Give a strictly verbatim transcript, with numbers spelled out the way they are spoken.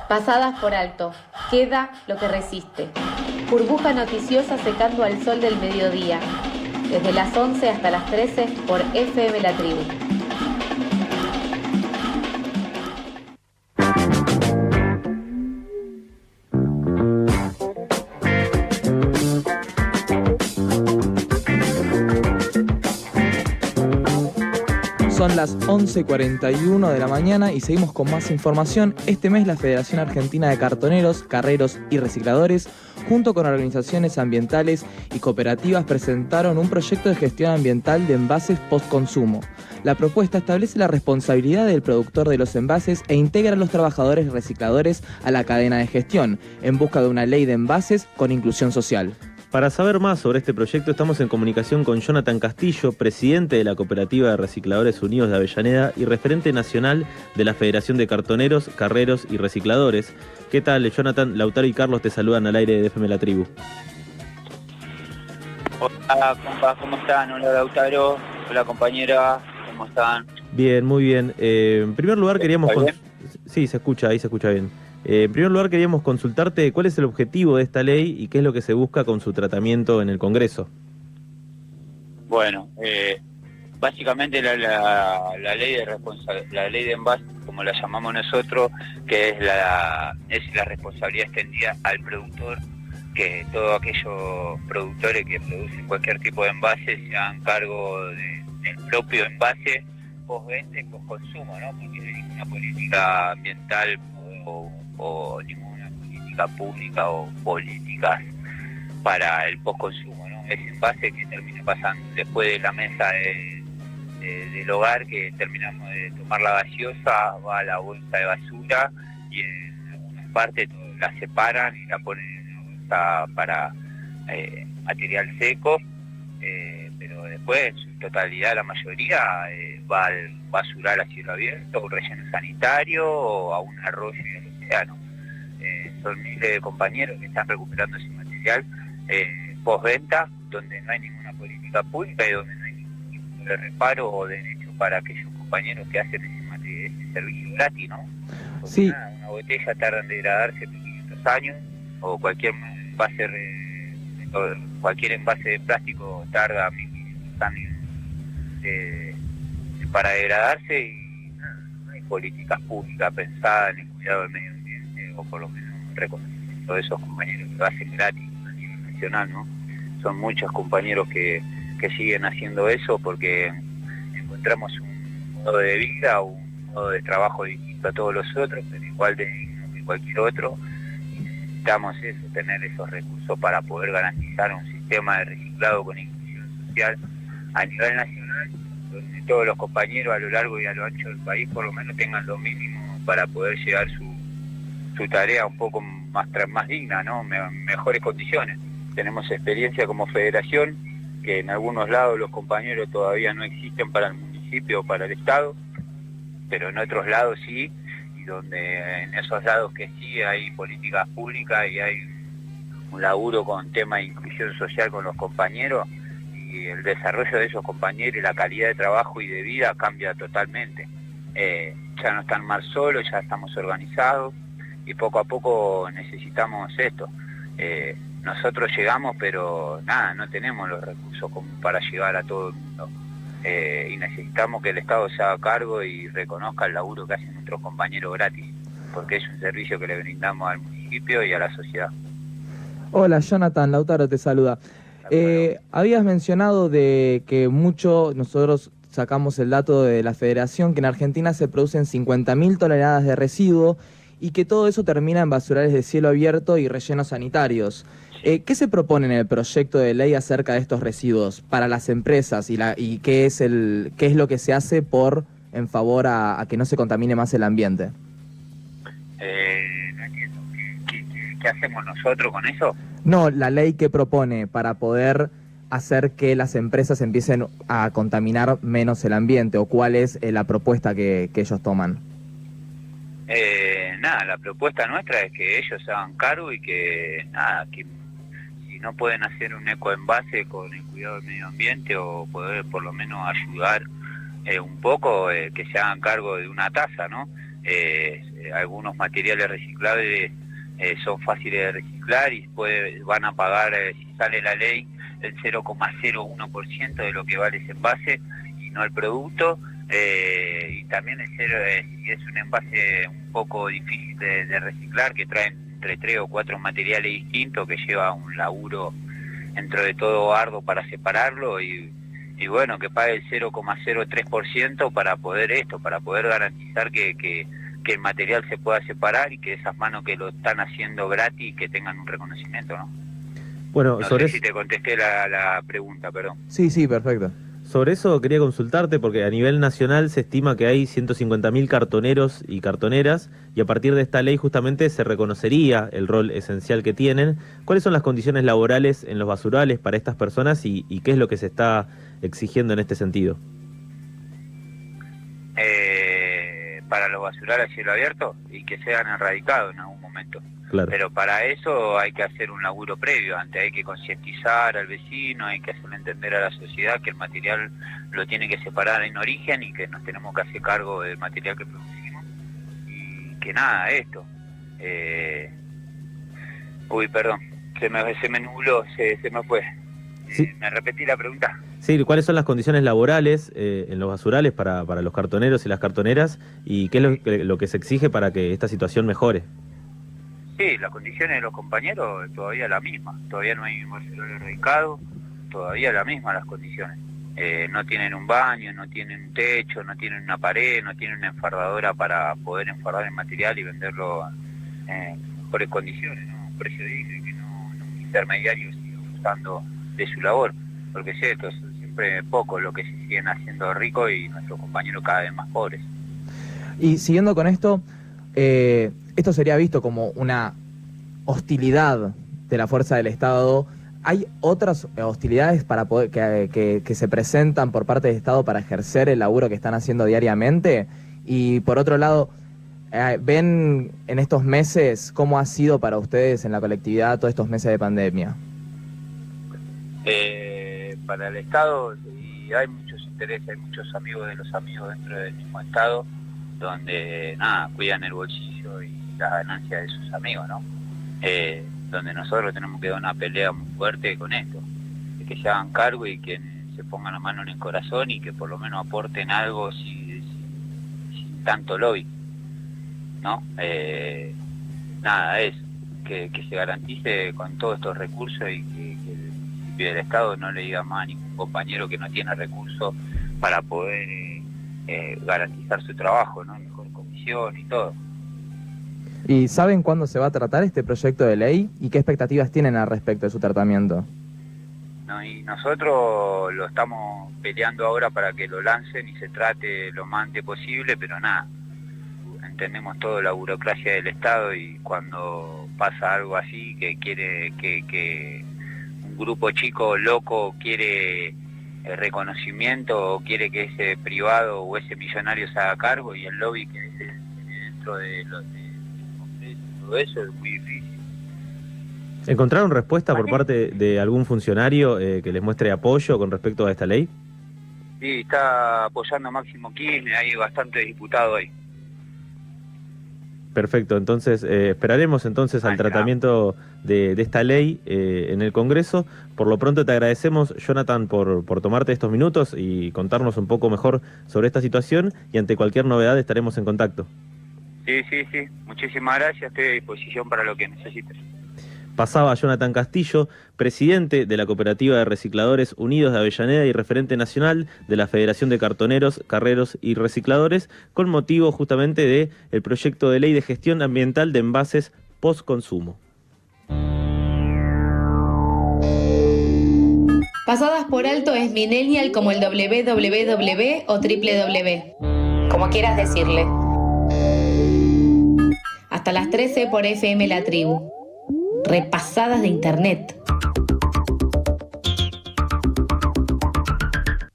Pasadas por alto, queda lo que resiste. Burbuja noticiosa secando al sol del mediodía. Desde las once hasta las trece por F M La Tribu. Son las once cuarenta y uno de la mañana y seguimos con más información. Este mes la Federación Argentina de Cartoneros, Carreros y Recicladores, junto con organizaciones ambientales y cooperativas, presentaron un proyecto de gestión ambiental de envases post-consumo. La propuesta establece la responsabilidad del productor de los envases e integra a los trabajadores recicladores a la cadena de gestión, en busca de una ley de envases con inclusión social. Para saber más sobre este proyecto estamos en comunicación con Jonathan Castillo, presidente de la Cooperativa de Recicladores Unidos de Avellaneda y referente nacional de la Federación de Cartoneros, Carreros y Recicladores. ¿Qué tal, Jonathan? Lautaro y Carlos te saludan al aire de F M La Tribu. Hola, compa, ¿cómo están? Hola, Lautaro. Hola, compañera. ¿Cómo están? Bien, muy bien. Eh, en primer lugar queríamos... ¿Está bien? Sí, se escucha, ahí se escucha bien. Eh, en primer lugar queríamos consultarte cuál es el objetivo de esta ley y qué es lo que se busca con su tratamiento en el Congreso. Bueno, eh, básicamente la, la, la ley de responsa- la ley de envases, como la llamamos nosotros, que es la es la responsabilidad extendida al productor, que todos aquellos productores que producen cualquier tipo de envase se hagan cargo de, del propio envase post-venta y post-consumo, ¿no? Porque no hay ninguna política ambiental o, o ninguna política pública o políticas para el post-consumo, ¿no? Ese envase que termina pasando después de la mesa de, de, del hogar, que terminamos de tomar la gaseosa, va a la bolsa de basura y en algunas partes la separan y la ponen en una bolsa para eh, material seco, eh, pero después en su totalidad, la mayoría eh, va al basural a cielo abierto, a un relleno sanitario o a un arroyo y al océano. Eh, son miles de compañeros que están recuperando ese material eh, postventa, donde no hay ninguna política pública y donde no hay ningún tipo de reparo o derecho para aquellos compañeros que hacen ese, material, ese servicio gratis, ¿no? Porque Sí. nada, una botella tarda en degradarse por quinientos años, o cualquier envase, re, cualquier envase de plástico tarda mil quinientos años de, de, para degradarse, y nada, no hay políticas públicas pensadas en el cuidado del medio ambiente, o por lo menos reconocimiento de esos compañeros que lo hacen gratis a nivel nacional, ¿no? Son muchos compañeros que, que siguen haciendo eso porque encontramos un modo de vida, un modo de trabajo distinto a todos los otros, pero igual de digno que cualquier otro, y necesitamos eso, tener esos recursos para poder garantizar un sistema de reciclado con inclusión social a nivel nacional, donde todos los compañeros a lo largo y a lo ancho del país por lo menos tengan lo mínimo para poder llegar su, su tarea un poco más, más digna, ¿no? Me, mejores condiciones. Tenemos experiencia como federación, que en algunos lados los compañeros todavía no existen para el municipio o para el Estado, pero en otros lados sí, y donde en esos lados que sí hay políticas públicas y hay un laburo con tema de inclusión social con los compañeros, y el desarrollo de esos compañeros y la calidad de trabajo y de vida cambia totalmente. Eh, ya no están más solos, ya estamos organizados, y poco a poco necesitamos esto. Eh, nosotros llegamos, pero nada, no tenemos los recursos como para llegar a todo el mundo. Eh, y necesitamos que el Estado se haga cargo y reconozca el laburo que hacen nuestros compañeros gratis, porque es un servicio que le brindamos al municipio y a la sociedad. Hola, Jonathan, Lautaro te saluda. Eh, habías mencionado de que mucho, nosotros sacamos el dato de la Federación, que en Argentina se producen cincuenta mil toneladas de residuos y que todo eso termina en basurales de cielo abierto y rellenos sanitarios. Eh, ¿Qué se propone en el proyecto de ley acerca de estos residuos para las empresas y, la, y qué es el qué es lo que se hace por en favor a, a que no se contamine más el ambiente? Eh, no entiendo. ¿Qué, qué, qué hacemos nosotros con eso? No, la ley que propone para poder hacer que las empresas empiecen a contaminar menos el ambiente, o cuál es eh, la propuesta que, que ellos toman. Eh, nada, la propuesta nuestra es que ellos se hagan cargo y que nada, que si no pueden hacer un ecoenvase con el cuidado del medio ambiente o poder por lo menos ayudar eh, un poco, eh, que se hagan cargo de una tasa, ¿no? eh, algunos materiales reciclables eh, son fáciles de reciclar y puede, van a pagar, eh, si sale la ley, el cero coma cero uno por ciento de lo que vale ese envase y no el producto. Eh, y también es, ser, eh, si es un envase un poco difícil de, de reciclar, que trae entre tres o cuatro materiales distintos, que lleva un laburo dentro de todo arduo para separarlo, y, y bueno, que pague el cero coma cero tres por ciento para poder esto, para poder garantizar que, que, que el material se pueda separar y que esas manos que lo están haciendo gratis que tengan un reconocimiento, ¿no? Bueno, no sobre sé si te contesté la, la pregunta, perdón. Sí, sí, perfecto. Sobre eso quería consultarte porque a nivel nacional se estima que hay ciento cincuenta mil cartoneros y cartoneras y a partir de esta ley justamente se reconocería el rol esencial que tienen. ¿Cuáles son las condiciones laborales en los basurales para estas personas y, y qué es lo que se está exigiendo en este sentido? Eh, para los basurales a cielo abierto y que sean erradicados en algún momento. Claro. Pero para eso hay que hacer un laburo previo, antes hay que concientizar al vecino, hay que hacerle entender a la sociedad que el material lo tiene que separar en origen y que nos tenemos que hacer cargo del material que producimos y que nada, esto. Eh... Uy, perdón, se me, se me nubló, se, se me fue. Sí. Eh, ¿Me repetí la pregunta? Sí, ¿cuáles son las condiciones laborales eh, en los basurales para, para los cartoneros y las cartoneras y qué es lo que, lo que se exige para que esta situación mejore? Sí, las condiciones de los compañeros todavía la misma, todavía no hay un basural erradicado, todavía la misma las condiciones. Eh, no tienen un baño, no tienen un techo, no tienen una pared, no tienen una enfardadora para poder enfardar el material y venderlo en mejores condiciones, ¿no? Un precio digno y que no, no un intermediario siga usando de su labor, porque es cierto, son siempre pocos los que se siguen haciendo ricos y nuestros compañeros cada vez más pobres. Y siguiendo con esto, eh, esto sería visto como una hostilidad de la fuerza del Estado. ¿Hay otras hostilidades para poder, que, que, que se presentan por parte del Estado para ejercer el laburo que están haciendo diariamente? Y por otro lado, eh, ¿ven en estos meses cómo ha sido para ustedes en la colectividad todos estos meses de pandemia? Eh, para el Estado sí, hay muchos intereses, hay muchos amigos de los amigos dentro del mismo Estado, donde nada, cuidan el bolsillo y las ganancias de sus amigos, ¿no? Eh, donde nosotros tenemos que dar una pelea muy fuerte con esto, de que se hagan cargo y que se pongan la mano en el corazón y que por lo menos aporten algo sin, sin, sin tanto lobby, ¿no? Eh, nada, es que, que se garantice con todos estos recursos y que, que el municipio del Estado no le diga más a ningún compañero que no tiene recursos para poder eh, eh, garantizar su trabajo, ¿no? Mejor comisión y todo. ¿Y saben cuándo se va a tratar este proyecto de ley y qué expectativas tienen al respecto de su tratamiento? No, y nosotros lo estamos peleando ahora para que lo lancen y se trate lo más antes posible, pero nada, entendemos toda la burocracia del Estado y cuando pasa algo así, que quiere que, que un grupo chico loco quiere el reconocimiento o quiere que ese privado o ese millonario se haga cargo y el lobby que es dentro de los de, de todo eso es muy difícil. ¿Encontraron respuesta por parte de algún funcionario eh, que les muestre apoyo con respecto a esta ley? Sí, está apoyando a Máximo Kirchner, hay bastantes diputados ahí. Perfecto, entonces eh, esperaremos entonces al tratamiento de, de esta ley eh, en el Congreso. Por lo pronto te agradecemos, Jonathan, por, por tomarte estos minutos y contarnos un poco mejor sobre esta situación y ante cualquier novedad estaremos en contacto. Sí, sí, sí, muchísimas gracias, estoy a disposición para lo que necesites. Pasaba Jonathan Castillo, presidente de la Cooperativa de Recicladores Unidos de Avellaneda y referente nacional de la Federación de Cartoneros, Carreros y Recicladores, con motivo justamente de el proyecto de ley de gestión ambiental de envases post-consumo. Pasadas por alto es millennial como el doble u doble u doble u o triple doble u, como quieras decirle. Hasta las trece por F M La Tribu. Repasadas de internet.